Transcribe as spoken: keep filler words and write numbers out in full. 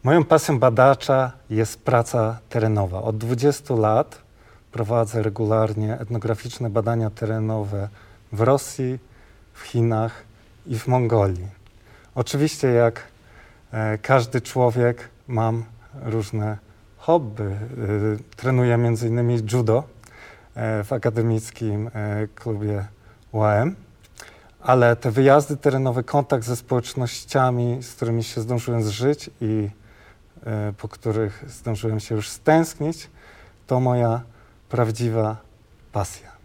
Moją pasją badacza jest praca terenowa. Od dwudziestu lat prowadzę regularnie etnograficzne badania terenowe w Rosji, w Chinach i w Mongolii. Oczywiście jak e, każdy człowiek mam różne hobby. E, trenuję między innymi judo e, w akademickim e, klubie U A M, ale te wyjazdy terenowe, kontakt ze społecznościami, z którymi się zdążyłem zżyć i e, po których zdążyłem się już stęsknić, to moja prawdziwa pasja.